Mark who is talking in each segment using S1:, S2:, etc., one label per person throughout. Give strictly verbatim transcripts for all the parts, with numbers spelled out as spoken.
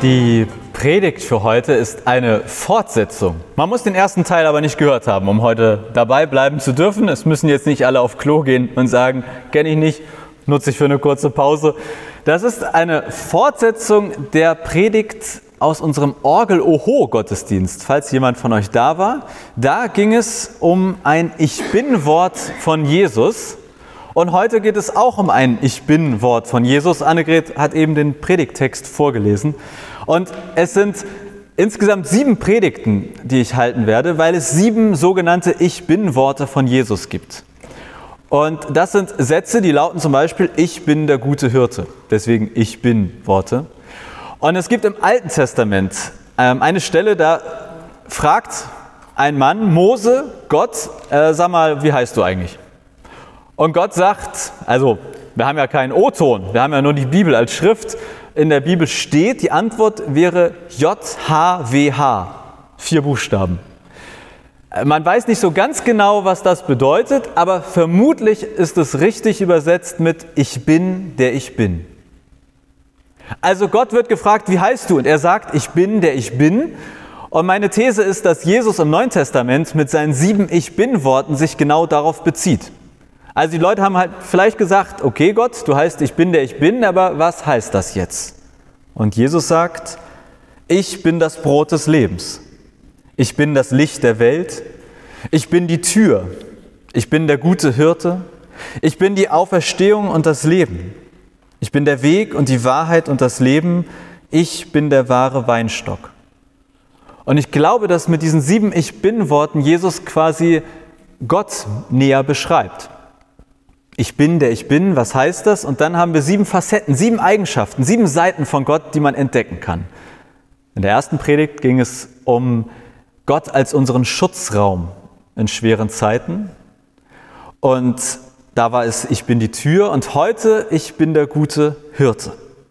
S1: Die Predigt für heute ist eine Fortsetzung. Man muss den ersten Teil aber nicht gehört haben, um heute dabei bleiben zu dürfen. Es müssen jetzt nicht alle auf Klo gehen und sagen, kenne ich nicht, nutze ich für eine kurze Pause. Das ist eine Fortsetzung der Predigt aus unserem Orgel-Oho-Gottesdienst, falls jemand von euch da war. Da ging es um ein Ich-Bin-Wort von Jesus. Und heute geht es auch um ein Ich-Bin-Wort von Jesus. Annegret hat eben den Predigttext vorgelesen. Und es sind insgesamt sieben Predigten, die ich halten werde, weil es sieben sogenannte Ich-Bin-Worte von Jesus gibt. Und das sind Sätze, die lauten zum Beispiel, ich bin der gute Hirte. Deswegen Ich-Bin-Worte. Und es gibt im Alten Testament ähm, eine Stelle, da fragt ein Mann, Mose, Gott, äh, sag mal, wie heißt du eigentlich? Und Gott sagt, also wir haben ja keinen O-Ton, wir haben ja nur die Bibel als Schrift. In der Bibel steht, die Antwort wäre J H W H, vier Buchstaben. Man weiß nicht so ganz genau, was das bedeutet, aber vermutlich ist es richtig übersetzt mit Ich bin, der ich bin. Also Gott wird gefragt, wie heißt du? Und er sagt, ich bin, der ich bin. Und meine These ist, dass Jesus im Neuen Testament mit seinen sieben Ich-Bin-Worten sich genau darauf bezieht. Also die Leute haben halt vielleicht gesagt, okay Gott, du heißt, ich bin, der ich bin, aber was heißt das jetzt? Und Jesus sagt, ich bin das Brot des Lebens. Ich bin das Licht der Welt. Ich bin die Tür. Ich bin der gute Hirte. Ich bin die Auferstehung und das Leben. Ich bin der Weg und die Wahrheit und das Leben. Ich bin der wahre Weinstock. Und ich glaube, dass mit diesen sieben Ich-Bin-Worten Jesus quasi Gott näher beschreibt. Ich bin, der ich bin, was heißt das? Und dann haben wir sieben Facetten, sieben Eigenschaften, sieben Seiten von Gott, die man entdecken kann. In der ersten Predigt ging es um Gott als unseren Schutzraum in schweren Zeiten. Und da war es, ich bin die Tür. Und heute, ich bin der gute Hirte.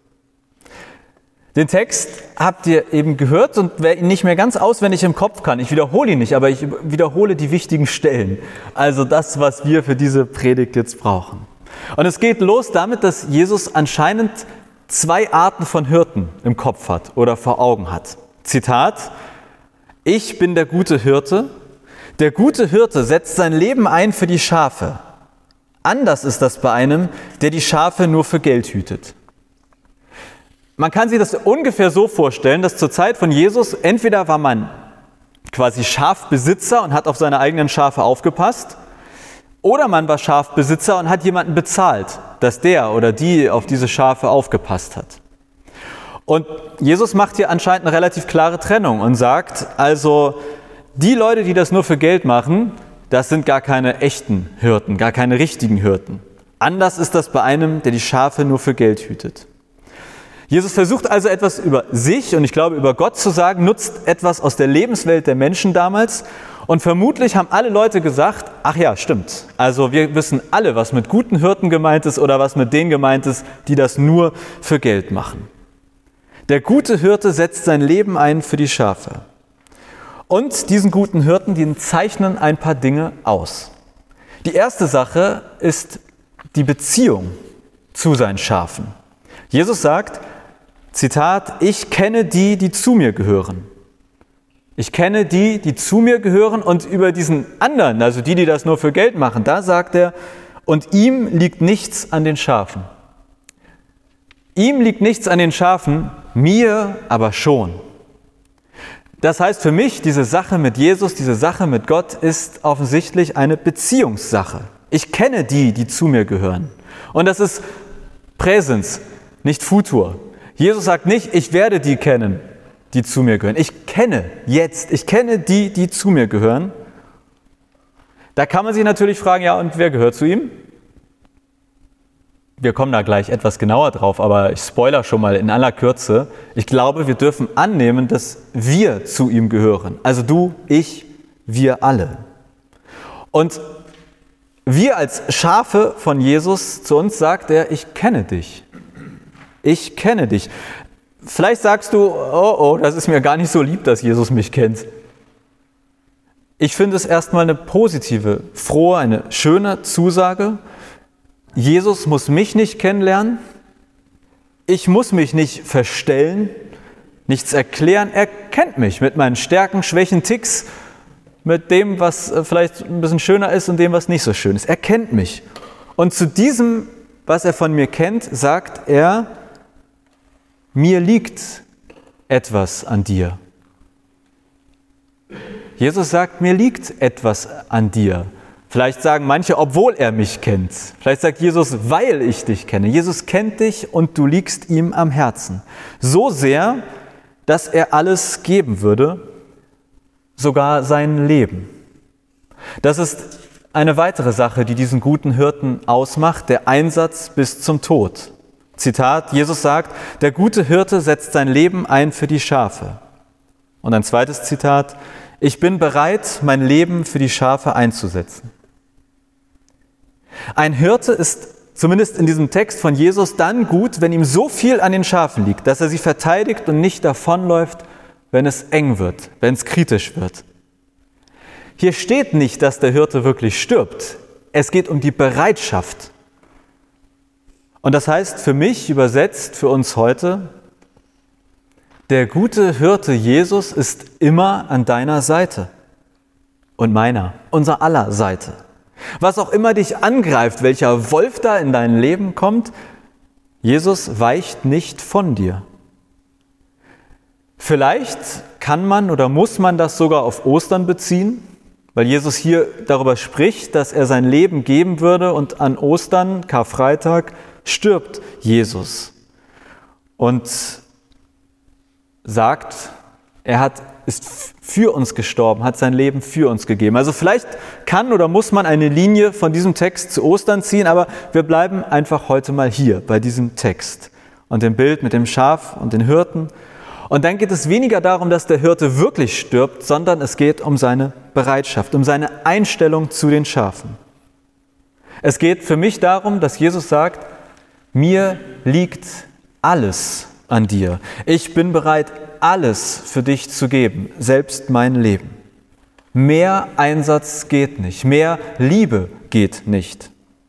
S1: Den Text habt ihr eben gehört und wer ihn nicht mehr ganz auswendig im Kopf kann, ich wiederhole ihn nicht, aber ich wiederhole die wichtigen Stellen. Also das, was wir für diese Predigt jetzt brauchen. Und es geht los damit, dass Jesus anscheinend zwei Arten von Hirten im Kopf hat oder vor Augen hat. Zitat, ich bin der gute Hirte. Der gute Hirte setzt sein Leben ein für die Schafe. Anders ist das bei einem, der die Schafe nur für Geld hütet. Man kann sich das ungefähr so vorstellen, dass zur Zeit von Jesus entweder war man quasi Schafbesitzer und hat auf seine eigenen Schafe aufgepasst, oder man war Schafbesitzer und hat jemanden bezahlt, dass der oder die auf diese Schafe aufgepasst hat. Und Jesus macht hier anscheinend eine relativ klare Trennung und sagt, also die Leute, die das nur für Geld machen, das sind gar keine echten Hirten, gar keine richtigen Hirten. Anders ist das bei einem, der die Schafe nur für Geld hütet. Jesus versucht also etwas über sich und ich glaube über Gott zu sagen, nutzt etwas aus der Lebenswelt der Menschen damals und vermutlich haben alle Leute gesagt, ach ja, stimmt, also wir wissen alle, was mit guten Hirten gemeint ist oder was mit denen gemeint ist, die das nur für Geld machen. Der gute Hirte setzt sein Leben ein für die Schafe. Und diesen guten Hirten, die zeichnen ein paar Dinge aus. Die erste Sache ist die Beziehung zu seinen Schafen. Jesus sagt, Zitat, ich kenne die, die zu mir gehören. Ich kenne die, die zu mir gehören und über diesen anderen, also die, die das nur für Geld machen, da sagt er, und ihm liegt nichts an den Schafen. Ihm liegt nichts an den Schafen, mir aber schon. Das heißt für mich, diese Sache mit Jesus, diese Sache mit Gott ist offensichtlich eine Beziehungssache. Ich kenne die, die zu mir gehören. Und das ist Präsens, nicht Futur. Jesus sagt nicht, ich werde die kennen, die zu mir gehören. Ich kenne jetzt, ich kenne die, die zu mir gehören. Da kann man sich natürlich fragen, ja, und wer gehört zu ihm? Wir kommen da gleich etwas genauer drauf, aber ich spoiler schon mal in aller Kürze. Ich glaube, wir dürfen annehmen, dass wir zu ihm gehören. Also du, ich, wir alle. Und wir als Schafe von Jesus, zu uns sagt er, ich kenne dich. Ich kenne dich. Vielleicht sagst du, oh, oh, das ist mir gar nicht so lieb, dass Jesus mich kennt. Ich finde es erstmal eine positive, frohe, eine schöne Zusage. Jesus muss mich nicht kennenlernen. Ich muss mich nicht verstellen. nichts erklären. Er kennt mich mit meinen Stärken, Schwächen, Ticks, mit dem, was vielleicht ein bisschen schöner ist und dem, was nicht so schön ist. Er kennt mich. Und zu diesem, was er von mir kennt, sagt er, mir liegt etwas an dir. Jesus sagt, mir liegt etwas an dir. Vielleicht sagen manche, obwohl er mich kennt. Vielleicht sagt Jesus, weil ich dich kenne. Jesus kennt dich und du liegst ihm am Herzen. So sehr, dass er alles geben würde, sogar sein Leben. Das ist eine weitere Sache, die diesen guten Hirten ausmacht, der Einsatz bis zum Tod. Zitat, Jesus sagt, der gute Hirte setzt sein Leben ein für die Schafe. Und ein zweites Zitat, ich bin bereit, mein Leben für die Schafe einzusetzen. Ein Hirte ist zumindest in diesem Text von Jesus dann gut, wenn ihm so viel an den Schafen liegt, dass er sie verteidigt und nicht davonläuft, wenn es eng wird, wenn es kritisch wird. Hier steht nicht, dass der Hirte wirklich stirbt. Es geht um die Bereitschaft. Und das heißt für mich, übersetzt für uns heute, der gute Hirte Jesus ist immer an deiner Seite und meiner, unser aller Seite. Was auch immer dich angreift, welcher Wolf da in dein Leben kommt, Jesus weicht nicht von dir. Vielleicht kann man oder muss man das sogar auf Ostern beziehen, weil Jesus hier darüber spricht, dass er sein Leben geben würde und an Ostern, Karfreitag, stirbt Jesus und sagt, er hat, ist für uns gestorben, hat sein Leben für uns gegeben. Also vielleicht kann oder muss man eine Linie von diesem Text zu Ostern ziehen, aber wir bleiben einfach heute mal hier bei diesem Text und dem Bild mit dem Schaf und den Hirten. Und dann geht es weniger darum, dass der Hirte wirklich stirbt, sondern es geht um seine Bereitschaft, um seine Einstellung zu den Schafen. Es geht für mich darum, dass Jesus sagt, mir liegt alles an dir. Ich bin bereit, alles für dich zu geben, selbst mein Leben. Mehr Einsatz geht nicht, mehr Liebe geht nicht.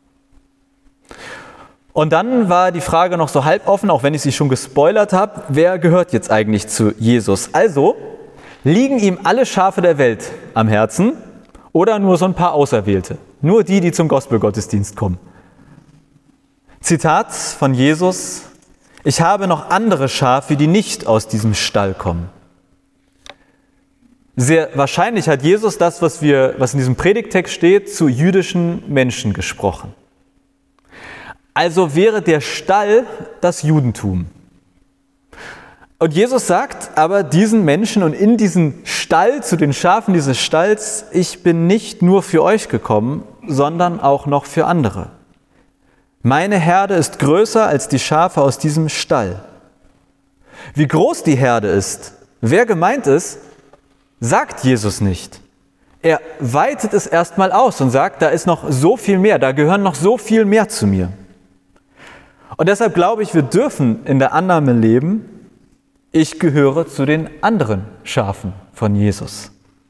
S1: Und dann war die Frage noch so halb offen, auch wenn ich sie schon gespoilert habe, wer gehört jetzt eigentlich zu Jesus? Also, liegen ihm alle Schafe der Welt am Herzen oder nur so ein paar Auserwählte? Nur die, die zum Gospelgottesdienst kommen. Zitat von Jesus, ich habe noch andere Schafe, die nicht aus diesem Stall kommen. Sehr wahrscheinlich hat Jesus das, was, wir, was in diesem Predigttext steht, zu jüdischen Menschen gesprochen. Also wäre der Stall das Judentum. Und Jesus sagt aber diesen Menschen und in diesen Stall, zu den Schafen dieses Stalls, ich bin nicht nur für euch gekommen, sondern auch noch für andere. Meine Herde ist größer als die Schafe aus diesem Stall. Wie groß die Herde ist, wer gemeint ist, sagt Jesus nicht. Er weitet es erstmal aus und sagt, da ist noch so viel mehr, da gehören noch so viel mehr zu mir. Und deshalb glaube ich, wir dürfen in der Annahme leben, ich gehöre zu den anderen Schafen von Jesus.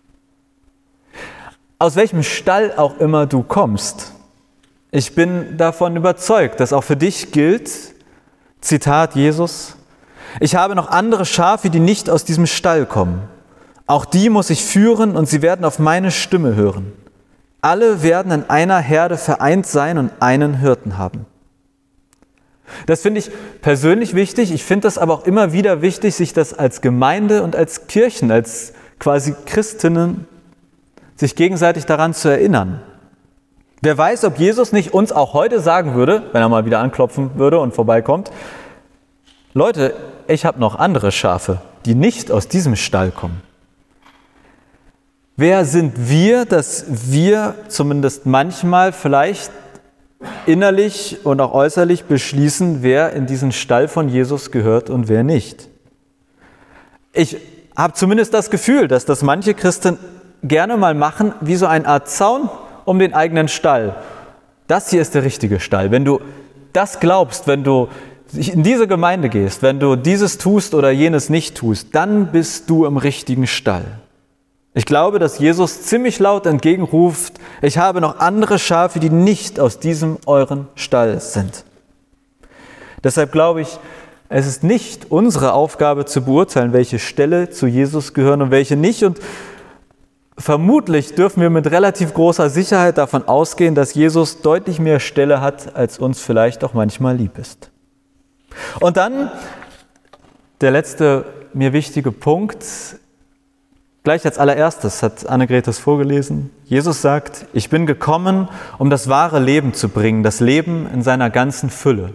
S1: Aus welchem Stall auch immer du kommst, ich bin davon überzeugt, dass auch für dich gilt, Zitat Jesus, ich habe noch andere Schafe, die nicht aus diesem Stall kommen. Auch die muss ich führen und sie werden auf meine Stimme hören. Alle werden in einer Herde vereint sein und einen Hirten haben. Das finde ich persönlich wichtig. Ich finde das aber auch immer wieder wichtig, sich das als Gemeinde und als Kirchen, als quasi Christinnen, sich gegenseitig daran zu erinnern. Wer weiß, ob Jesus nicht uns auch heute sagen würde, wenn er mal wieder anklopfen würde und vorbeikommt, Leute, ich habe noch andere Schafe, die nicht aus diesem Stall kommen. Wer sind wir, dass wir zumindest manchmal vielleicht innerlich und auch äußerlich beschließen, wer in diesen Stall von Jesus gehört und wer nicht? Ich habe zumindest das Gefühl, dass das manche Christen gerne mal machen, wie so eine Art Zaun um den eigenen Stall. Das hier ist der richtige Stall. Wenn du das glaubst, wenn du in diese Gemeinde gehst, wenn du dieses tust oder jenes nicht tust, dann bist du im richtigen Stall. Ich glaube, dass Jesus ziemlich laut entgegenruft, ich habe noch andere Schafe, die nicht aus diesem euren Stall sind. Deshalb glaube ich, Es ist nicht unsere Aufgabe zu beurteilen, welche Ställe zu Jesus gehören und welche nicht. Und vermutlich dürfen wir mit relativ großer Sicherheit davon ausgehen, dass Jesus deutlich mehr Ställe hat, als uns vielleicht auch manchmal lieb ist. Und dann der letzte mir wichtige Punkt. Gleich als allererstes hat Annegret es vorgelesen. Jesus sagt, ich bin gekommen, um das wahre Leben zu bringen, das Leben in seiner ganzen Fülle.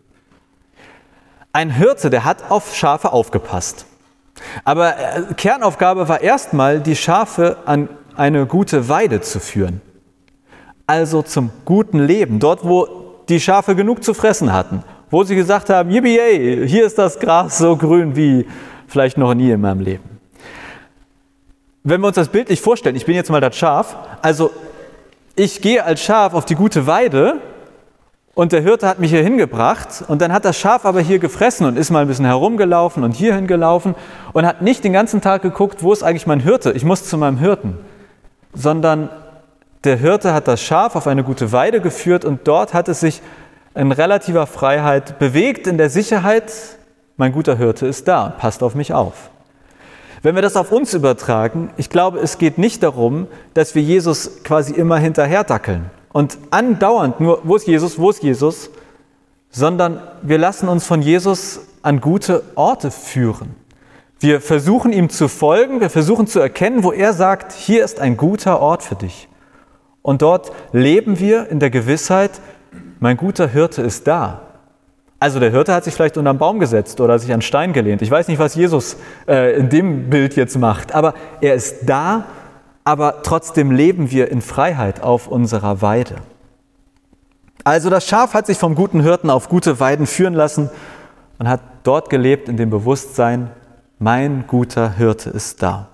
S1: Ein Hirte, der hat auf Schafe aufgepasst. Aber Kernaufgabe war erstmal, die Schafe an eine gute Weide zu führen. Also zum guten Leben, dort wo die Schafe genug zu fressen hatten. Wo sie gesagt haben, yippie, hier ist das Gras so grün wie vielleicht noch nie in meinem Leben. Wenn wir uns das bildlich vorstellen, ich bin jetzt mal das Schaf, also ich gehe als Schaf auf die gute Weide und der Hirte hat mich hier hingebracht und dann hat das Schaf aber hier gefressen und ist mal ein bisschen herumgelaufen und hierhin gelaufen und hat nicht den ganzen Tag geguckt, wo ist eigentlich mein Hirte, ich muss zu meinem Hirten, sondern der Hirte hat das Schaf auf eine gute Weide geführt und dort hat es sich in relativer Freiheit bewegt, in der Sicherheit, mein guter Hirte ist da, passt auf mich auf. Wenn wir das auf uns übertragen, ich glaube, es geht nicht darum, dass wir Jesus quasi immer hinterher dackeln und andauernd nur, wo ist Jesus, wo ist Jesus, sondern wir lassen uns von Jesus an gute Orte führen. Wir versuchen ihm zu folgen, wir versuchen zu erkennen, wo er sagt, hier ist ein guter Ort für dich. Und dort leben wir in der Gewissheit, mein guter Hirte ist da. Also der Hirte hat sich vielleicht unter einen Baum gesetzt oder sich an einen Stein gelehnt. Ich weiß nicht, was Jesus äh, in dem Bild jetzt macht, aber er ist da, aber trotzdem leben wir in Freiheit auf unserer Weide. Also das Schaf hat sich vom guten Hirten auf gute Weiden führen lassen und hat dort gelebt in dem Bewusstsein, mein guter Hirte ist da.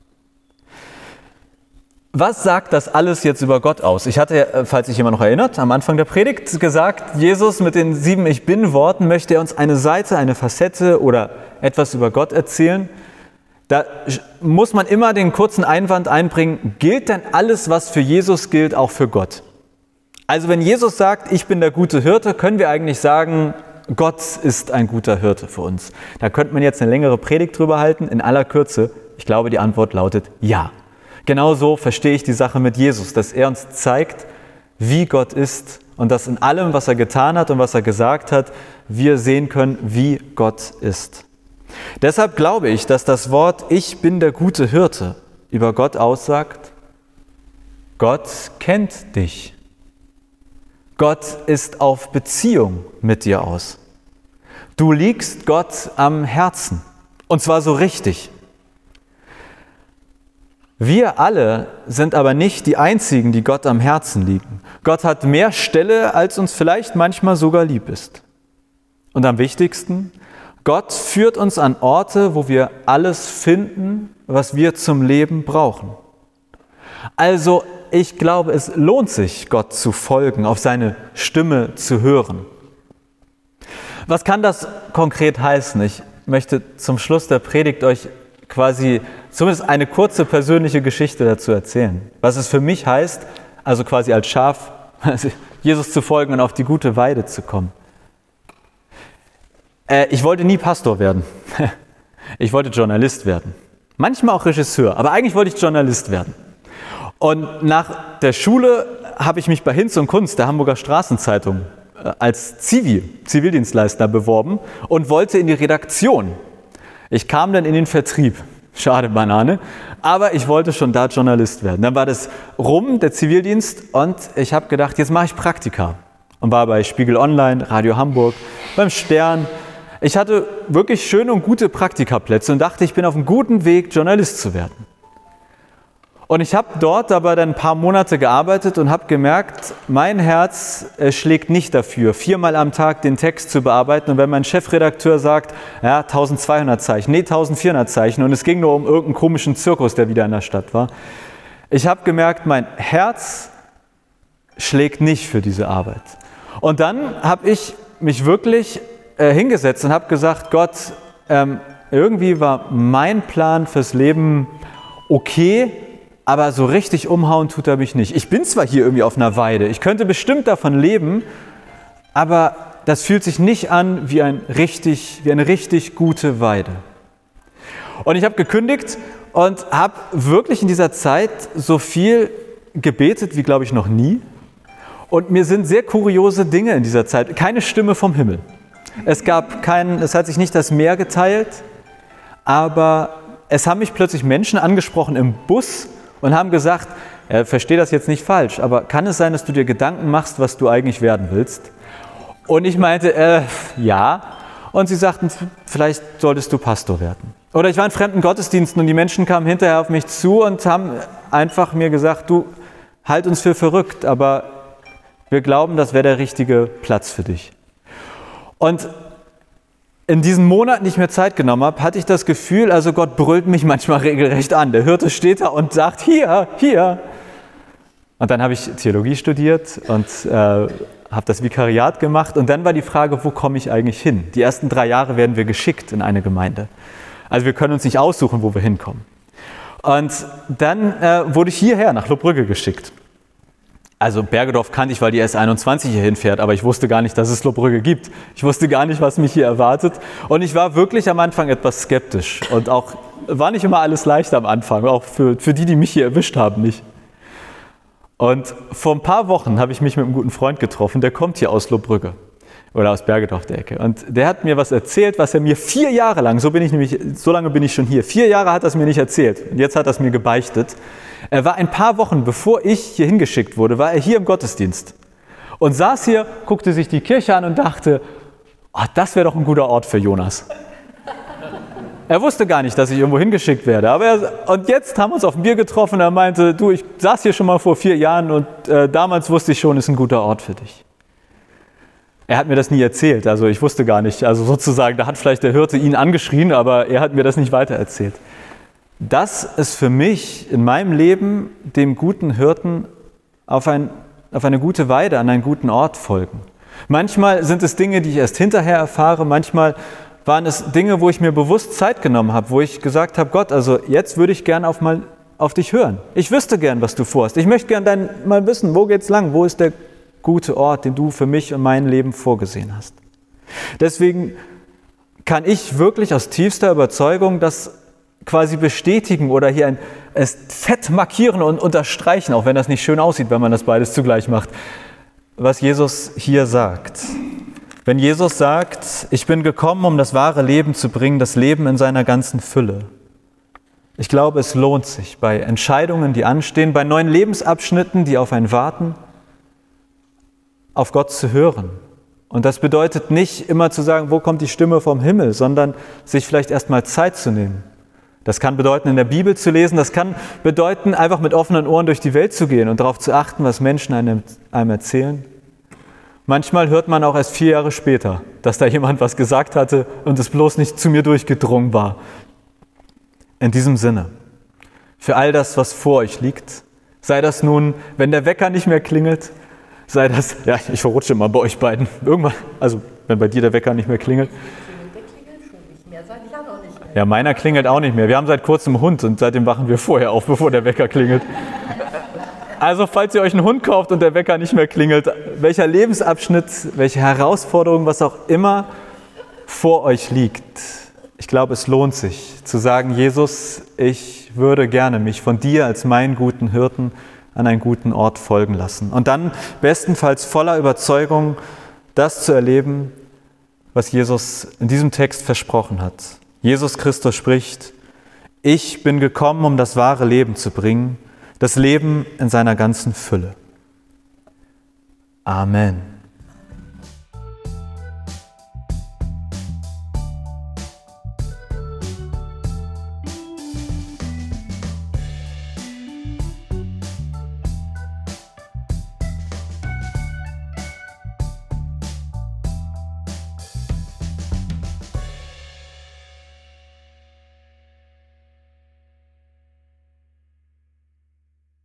S1: Was sagt das alles jetzt über Gott aus? Ich hatte, falls sich jemand noch erinnert, am Anfang der Predigt gesagt, Jesus mit den sieben Ich-Bin-Worten möchte er uns eine Seite, eine Facette oder etwas über Gott erzählen. Da muss man immer den kurzen Einwand einbringen, gilt denn alles, was für Jesus gilt, auch für Gott? Also wenn Jesus sagt, ich bin der gute Hirte, können wir eigentlich sagen, Gott ist ein guter Hirte für uns. Da könnte man jetzt eine längere Predigt drüber halten, in aller Kürze. Ich glaube, die Antwort lautet ja. Genauso verstehe ich die Sache mit Jesus, dass er uns zeigt, wie Gott ist und dass in allem, was er getan hat und was er gesagt hat, wir sehen können, wie Gott ist. Deshalb glaube ich, dass das Wort Ich bin der gute Hirte über Gott aussagt, Gott kennt dich. Gott ist auf Beziehung mit dir aus. Du liegst Gott am Herzen und zwar so richtig. Wir alle sind aber nicht die Einzigen, die Gott am Herzen liegen. Gott hat mehr Ställe, als uns vielleicht manchmal sogar lieb ist. Und am wichtigsten, Gott führt uns an Orte, wo wir alles finden, was wir zum Leben brauchen. Also ich glaube, es lohnt sich, Gott zu folgen, auf seine Stimme zu hören. Was kann das konkret heißen? Ich möchte zum Schluss der Predigt euch quasi zumindest eine kurze persönliche Geschichte dazu erzählen. Was es für mich heißt, also quasi als Schaf, Jesus zu folgen und auf die gute Weide zu kommen. Äh, ich wollte nie Pastor werden. Ich wollte Journalist werden. Manchmal auch Regisseur, aber eigentlich wollte ich Journalist werden. Und nach der Schule habe ich mich bei Hinz und Kunst, der Hamburger Straßenzeitung, als Zivi, Zivildienstleister beworben und wollte in die Redaktion. Ich kam dann in den Vertrieb. Schade Banane. Aber ich wollte schon da Journalist werden. Dann war das rum, der Zivildienst, und ich habe gedacht, jetzt mache ich Praktika. Und war bei Spiegel Online, Radio Hamburg, beim Stern. Ich hatte wirklich schöne und gute Praktikaplätze und dachte, ich bin auf einem guten Weg, Journalist zu werden. Und ich habe dort aber dann ein paar Monate gearbeitet und habe gemerkt, mein Herz äh, schlägt nicht dafür, viermal am Tag den Text zu bearbeiten. Und wenn mein Chefredakteur sagt, ja, eintausendzweihundert Zeichen, nee, eintausendvierhundert Zeichen, und es ging nur um irgendeinen komischen Zirkus, der wieder in der Stadt war. Ich habe gemerkt, mein Herz schlägt nicht für diese Arbeit. Und dann habe ich mich wirklich äh, hingesetzt und habe gesagt, Gott, ähm, irgendwie war mein Plan fürs Leben okay, aber so richtig umhauen tut er mich nicht. Ich bin zwar hier irgendwie auf einer Weide, ich könnte bestimmt davon leben, aber das fühlt sich nicht an wie, ein richtig, wie eine richtig gute Weide. Und ich habe gekündigt und habe wirklich in dieser Zeit so viel gebetet wie, glaube ich, noch nie. Und mir sind sehr kuriose Dinge in dieser Zeit. Keine Stimme vom Himmel. Es gab keinen, es hat sich nicht das Meer geteilt, aber es haben mich plötzlich Menschen angesprochen im Bus und haben gesagt, äh, verstehe das jetzt nicht falsch, aber kann es sein, dass du dir Gedanken machst, was du eigentlich werden willst? Und ich meinte, äh, ja. Und sie sagten, vielleicht solltest du Pastor werden. Oder ich war in fremden Gottesdiensten und die Menschen kamen hinterher auf mich zu und haben einfach mir gesagt, du, halt uns für verrückt, aber wir glauben, das wäre der richtige Platz für dich. Und in diesen Monaten, die ich mir Zeit genommen habe, hatte ich das Gefühl, also Gott brüllt mich manchmal regelrecht an. Der Hirte steht da und sagt, hier, hier. Und dann habe ich Theologie studiert und äh, habe das Vikariat gemacht. Und dann war die Frage, wo komme ich eigentlich hin? Die ersten drei Jahre werden wir geschickt in eine Gemeinde. Also wir können uns nicht aussuchen, wo wir hinkommen. Und dann äh, wurde ich hierher nach Lohbrügge geschickt. Also Bergedorf kannte ich, weil die S einundzwanzig hier hinfährt, aber ich wusste gar nicht, dass es Lohbrügge gibt. Ich wusste gar nicht, was mich hier erwartet. Und ich war wirklich am Anfang etwas skeptisch. Und auch war nicht immer alles leicht am Anfang, auch für, für die, die mich hier erwischt haben, nicht. Und vor ein paar Wochen habe ich mich mit einem guten Freund getroffen, der kommt hier aus Lohbrügge oder aus Bergedorf der Ecke. Und der hat mir was erzählt, was er mir vier Jahre lang, so bin ich nämlich, so lange bin ich schon hier, vier Jahre hat er es mir nicht erzählt. Und jetzt hat er es mir gebeichtet. Er war ein paar Wochen, bevor ich hier hingeschickt wurde, war er hier im Gottesdienst und saß hier, guckte sich die Kirche an und dachte, oh, das wäre doch ein guter Ort für Jonas. Er wusste gar nicht, dass ich irgendwo hingeschickt werde. Aber er, und jetzt haben wir uns auf ein Bier getroffen und er meinte, du, ich saß hier schon mal vor vier Jahren und äh, damals wusste ich schon, ist ein guter Ort für dich. Er hat mir das nie erzählt, also ich wusste gar nicht, also sozusagen, da hat vielleicht der Hirte ihn angeschrien, aber er hat mir das nicht weitererzählt. Das ist für mich in meinem Leben dem guten Hirten auf, ein, auf eine gute Weide, an einen guten Ort folgen. Manchmal sind es Dinge, die ich erst hinterher erfahre, manchmal waren es Dinge, wo ich mir bewusst Zeit genommen habe, wo ich gesagt habe, Gott, also jetzt würde ich gern auf, mal auf dich hören. Ich wüsste gern, was du vorhast. Ich möchte gern dein, mal wissen, wo geht's lang, wo ist der gute Ort, den du für mich und mein Leben vorgesehen hast. Deswegen kann ich wirklich aus tiefster Überzeugung das quasi bestätigen oder hier ein, es fett markieren und unterstreichen, auch wenn das nicht schön aussieht, wenn man das beides zugleich macht, was Jesus hier sagt. Wenn Jesus sagt, ich bin gekommen, um das wahre Leben zu bringen, das Leben in seiner ganzen Fülle. Ich glaube, es lohnt sich bei Entscheidungen, die anstehen, bei neuen Lebensabschnitten, die auf einen warten, auf Gott zu hören. Und das bedeutet nicht immer zu sagen, wo kommt die Stimme vom Himmel, sondern sich vielleicht erstmal Zeit zu nehmen. Das kann bedeuten, in der Bibel zu lesen, das kann bedeuten, einfach mit offenen Ohren durch die Welt zu gehen und darauf zu achten, was Menschen einem, einem erzählen. Manchmal hört man auch erst vier Jahre später, dass da jemand was gesagt hatte und es bloß nicht zu mir durchgedrungen war. In diesem Sinne, für all das, was vor euch liegt, sei das nun, wenn der Wecker nicht mehr klingelt, sei das, ja, ich verrutsche immer bei euch beiden, irgendwann, also wenn bei dir der Wecker nicht mehr klingelt.
S2: Der klingelt schon nicht mehr, seit Jahren auch nicht mehr.
S1: Ja, meiner klingelt auch nicht mehr. Wir haben seit kurzem einen Hund und seitdem wachen wir vorher auf, bevor der Wecker klingelt. Also falls ihr euch einen Hund kauft und der Wecker nicht mehr klingelt, welcher Lebensabschnitt, welche Herausforderung, was auch immer vor euch liegt, ich glaube, es lohnt sich zu sagen, Jesus, ich würde gerne mich von dir als meinen guten Hirten an einen guten Ort folgen lassen. Und dann bestenfalls voller Überzeugung das zu erleben, was Jesus in diesem Text versprochen hat. Jesus Christus spricht, ich bin gekommen, um das wahre Leben zu bringen, das Leben in seiner ganzen Fülle. Amen.